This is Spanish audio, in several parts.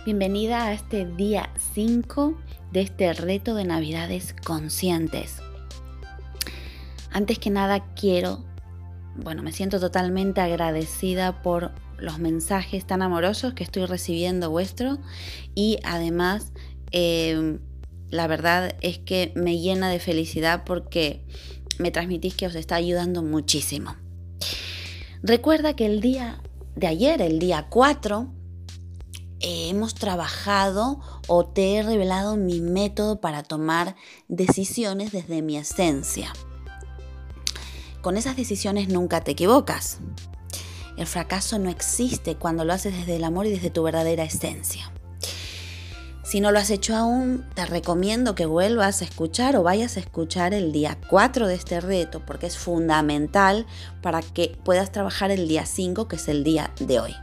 Bienvenida a este día 5 de este reto de Navidades conscientes. Antes que nada me siento totalmente agradecida por los mensajes tan amorosos que estoy recibiendo vuestro y además la verdad es que me llena de felicidad porque me transmitís que os está ayudando muchísimo. Recuerda que el día de ayer, el día 4, hemos trabajado o te he revelado mi método para tomar decisiones desde mi esencia. Con esas decisiones nunca te equivocas. El fracaso no existe cuando lo haces desde el amor y desde tu verdadera esencia. Si no lo has hecho aún, te recomiendo que vuelvas a escuchar o vayas a escuchar el día 4 de este reto, porque es fundamental para que puedas trabajar el día 5, que es el día de hoy.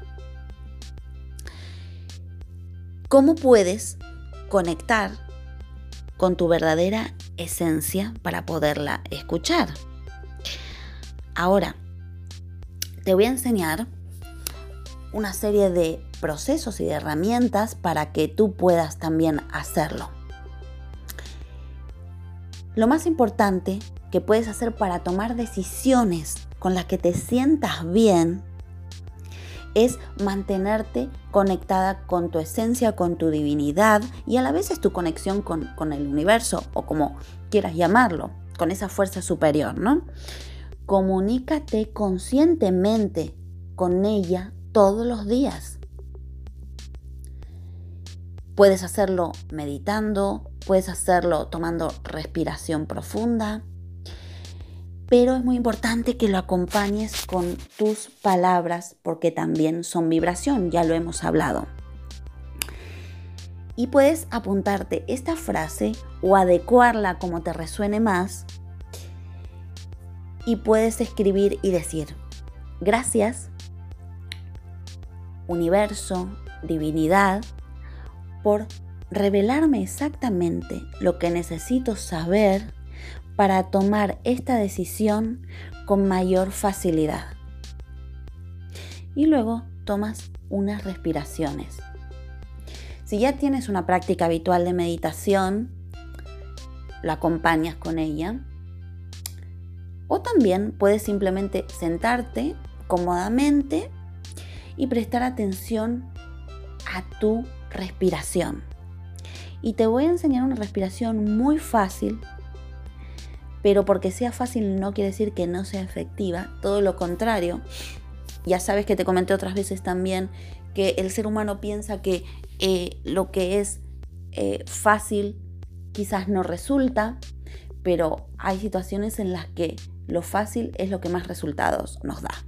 ¿Cómo puedes conectar con tu verdadera esencia para poderla escuchar? Ahora, te voy a enseñar una serie de procesos y de herramientas para que tú puedas también hacerlo. Lo más importante que puedes hacer para tomar decisiones con las que te sientas bien es mantenerte conectada con tu esencia, con tu divinidad y a la vez es tu conexión con el universo o como quieras llamarlo, con esa fuerza superior, ¿no? Comunícate conscientemente con ella todos los días. Puedes hacerlo meditando, puedes hacerlo tomando respiración profunda, pero es muy importante que lo acompañes con tus palabras porque también son vibración, ya lo hemos hablado. Y puedes apuntarte esta frase o adecuarla como te resuene más y puedes escribir y decir: gracias, universo, divinidad, por revelarme exactamente lo que necesito saber para tomar esta decisión con mayor facilidad. Y luego tomas unas respiraciones. Si ya tienes una práctica habitual de meditación, la acompañas con ella. O también puedes simplemente sentarte cómodamente y prestar atención a tu respiración. Y te voy a enseñar una respiración muy fácil, pero porque sea fácil no quiere decir que no sea efectiva, todo lo contrario. Ya sabes que te comenté otras veces también que el ser humano piensa que lo que es fácil quizás no resulta, pero hay situaciones en las que lo fácil es lo que más resultados nos da.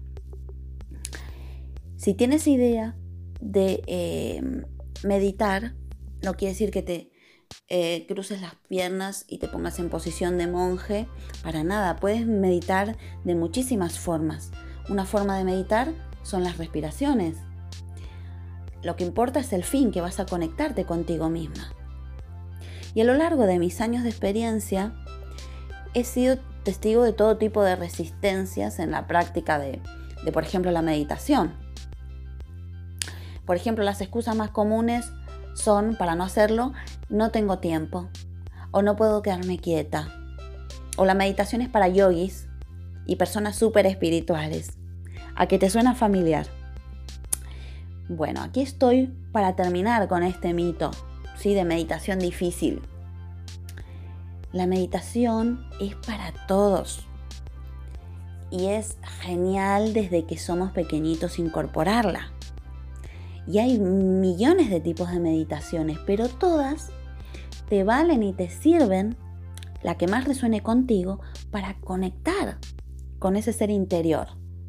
Si tienes idea de meditar, no quiere decir que te cruces las piernas y te pongas en posición de monje, para nada. Puedes meditar de muchísimas formas. Una forma de meditar son las respiraciones. Lo que importa es el fin, que vas a conectarte contigo misma. Y a lo largo de mis años de experiencia he sido testigo de todo tipo de resistencias en la práctica de por ejemplo, la meditación. Por ejemplo, las excusas más comunes son, para no hacerlo: no tengo tiempo, o no puedo quedarme quieta, o la meditación es para yogis y personas súper espirituales. ¿A qué te suena familiar? Bueno, aquí estoy para terminar con este mito, ¿sí?, de meditación difícil. La meditación es para todos y es genial desde que somos pequeñitos incorporarla. Y hay millones de tipos de meditaciones, pero todas te valen y te sirven, la que más resuene contigo, para conectar con ese ser interior.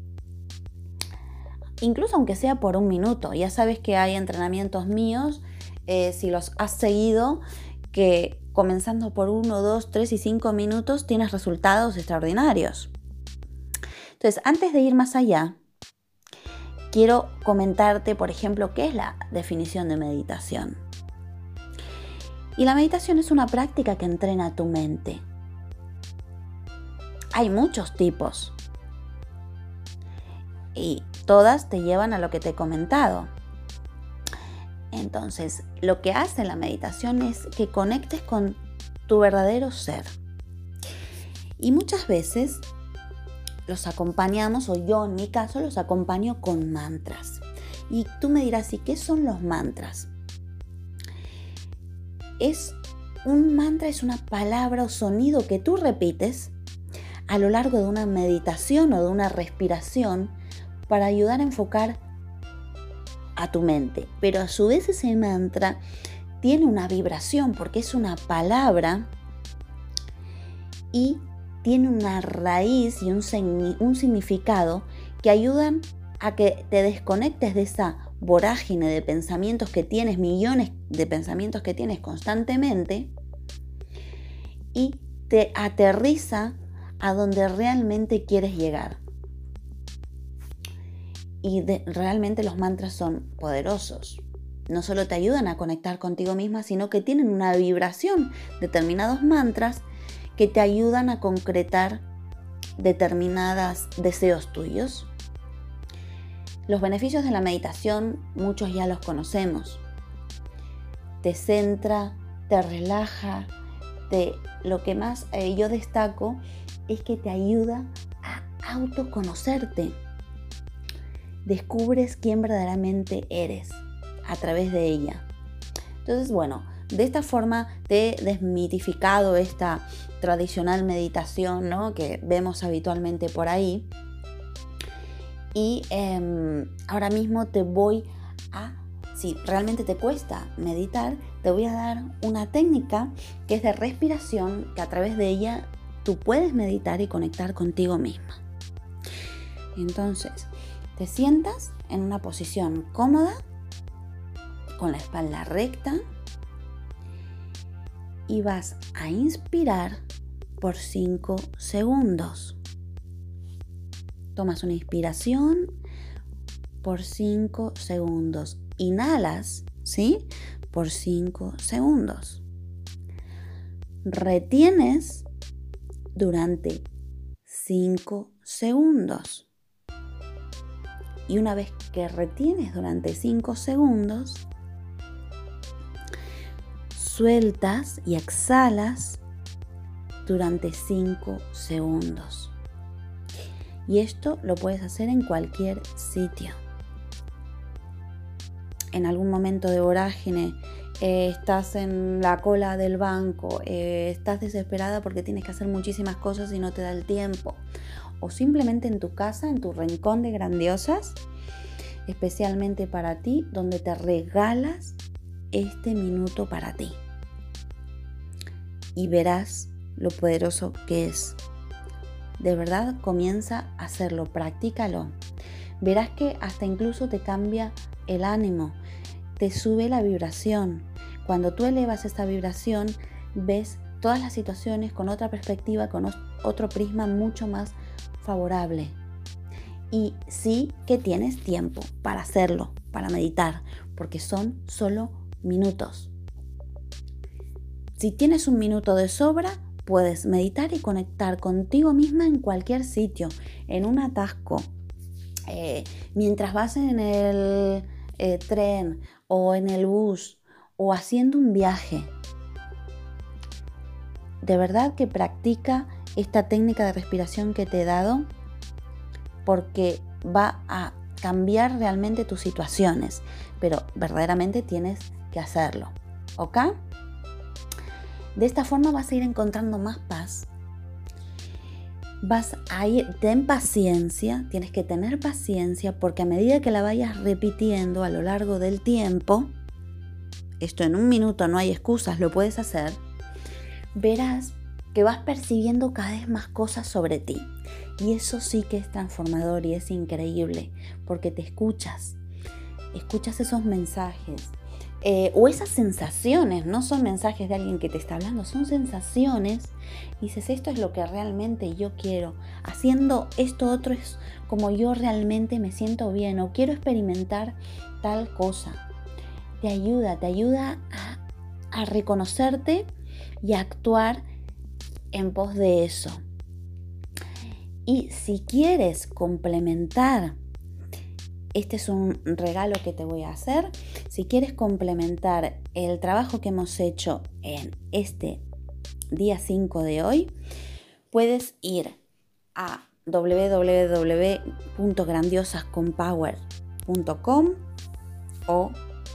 Incluso aunque sea por 1 minuto. Ya sabes que hay entrenamientos míos, si los has seguido, que comenzando por 1, 2, 3 y 5 minutos tienes resultados extraordinarios. Entonces, antes de ir más allá, quiero comentarte, por ejemplo, qué es la definición de meditación. Y la meditación es una práctica que entrena tu mente. Hay muchos tipos y todas te llevan a lo que te he comentado. Entonces, lo que hace la meditación es que conectes con tu verdadero ser. Y muchas veces los acompañamos, o yo en mi caso los acompaño con mantras. Y tú me dirás, ¿y qué son los mantras? Un mantra es una palabra o sonido que tú repites a lo largo de una meditación o de una respiración para ayudar a enfocar a tu mente. Pero a su vez ese mantra tiene una vibración porque es una palabra y tiene una raíz y un significado que ayudan a que te desconectes de esa vorágine de pensamientos que tienes, millones de pensamientos que tienes constantemente, y te aterriza a donde realmente quieres llegar. Y realmente los mantras son poderosos. No solo te ayudan a conectar contigo misma, sino que tienen una vibración, determinados mantras que te ayudan a concretar determinados deseos tuyos. Los beneficios de la meditación, muchos ya los conocemos. Te centra, te relaja, lo que más yo destaco es que te ayuda a autoconocerte. Descubres quién verdaderamente eres a través de ella. Entonces, bueno, de esta forma te he desmitificado esta tradicional meditación, ¿no?, que vemos habitualmente por ahí. Y ahora mismo si realmente te cuesta meditar, te voy a dar una técnica que es de respiración, que a través de ella tú puedes meditar y conectar contigo misma. Entonces, te sientas en una posición cómoda, con la espalda recta, y vas a inspirar por 5 segundos. Tomas una inspiración por 5 segundos. Inhalas, ¿sí?, por 5 segundos. Retienes durante 5 segundos. Y una vez que retienes durante 5 segundos, sueltas y exhalas durante 5 segundos. Y esto lo puedes hacer en cualquier sitio. En algún momento de vorágine, estás en la cola del banco, estás desesperada porque tienes que hacer muchísimas cosas y no te da el tiempo. O simplemente en tu casa, en tu rincón de grandiosas, especialmente para ti, donde te regalas este minuto para ti. Y verás lo poderoso que es. De verdad, comienza a hacerlo, practícalo. Verás que hasta incluso te cambia el ánimo, te sube la vibración. Cuando tú elevas esta vibración, ves todas las situaciones con otra perspectiva, con otro prisma mucho más favorable. Y sí que tienes tiempo para hacerlo, para meditar, porque son solo minutos. Si tienes un minuto de sobra, puedes meditar y conectar contigo misma en cualquier sitio, en un atasco, mientras vas en el tren o en el bus o haciendo un viaje. De verdad que practica esta técnica de respiración que te he dado, porque va a cambiar realmente tus situaciones, pero verdaderamente tienes que hacerlo, ¿ok? De esta forma vas a ir encontrando más paz. Ten paciencia, tienes que tener paciencia, porque a medida que la vayas repitiendo a lo largo del tiempo, esto en un minuto no hay excusas, lo puedes hacer, verás que vas percibiendo cada vez más cosas sobre ti. Y eso sí que es transformador y es increíble, porque te escuchas esos mensajes o esas sensaciones. No son mensajes de alguien que te está hablando, son sensaciones. Dices, esto es lo que realmente yo quiero, haciendo esto otro es como yo realmente me siento bien, o quiero experimentar tal cosa. Te ayuda a reconocerte y a actuar en pos de eso. Y si quieres complementar este es un regalo que te voy a hacer. Si quieres complementar el trabajo que hemos hecho en este día 5 de hoy, puedes ir a www.grandiosasconpower.com o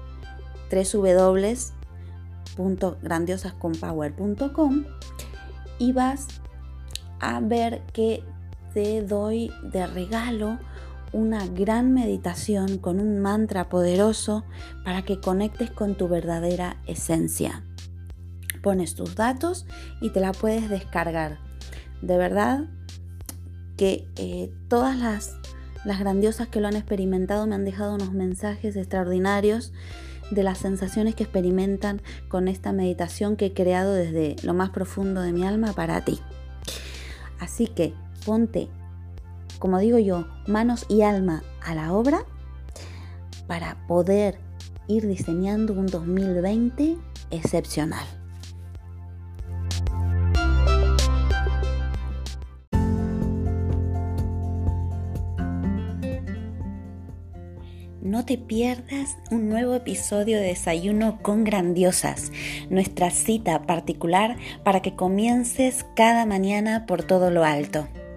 www.grandiosasconpower.com y vas a ver que te doy de regalo una gran meditación con un mantra poderoso para que conectes con tu verdadera esencia. Pones tus datos y te la puedes descargar. De verdad que todas las grandiosas que lo han experimentado me han dejado unos mensajes extraordinarios de las sensaciones que experimentan con esta meditación que he creado desde lo más profundo de mi alma para ti. Así que ponte, como digo yo, manos y alma a la obra para poder ir diseñando un 2020 excepcional. No te pierdas un nuevo episodio de Desayuno con Grandiosas, nuestra cita particular para que comiences cada mañana por todo lo alto.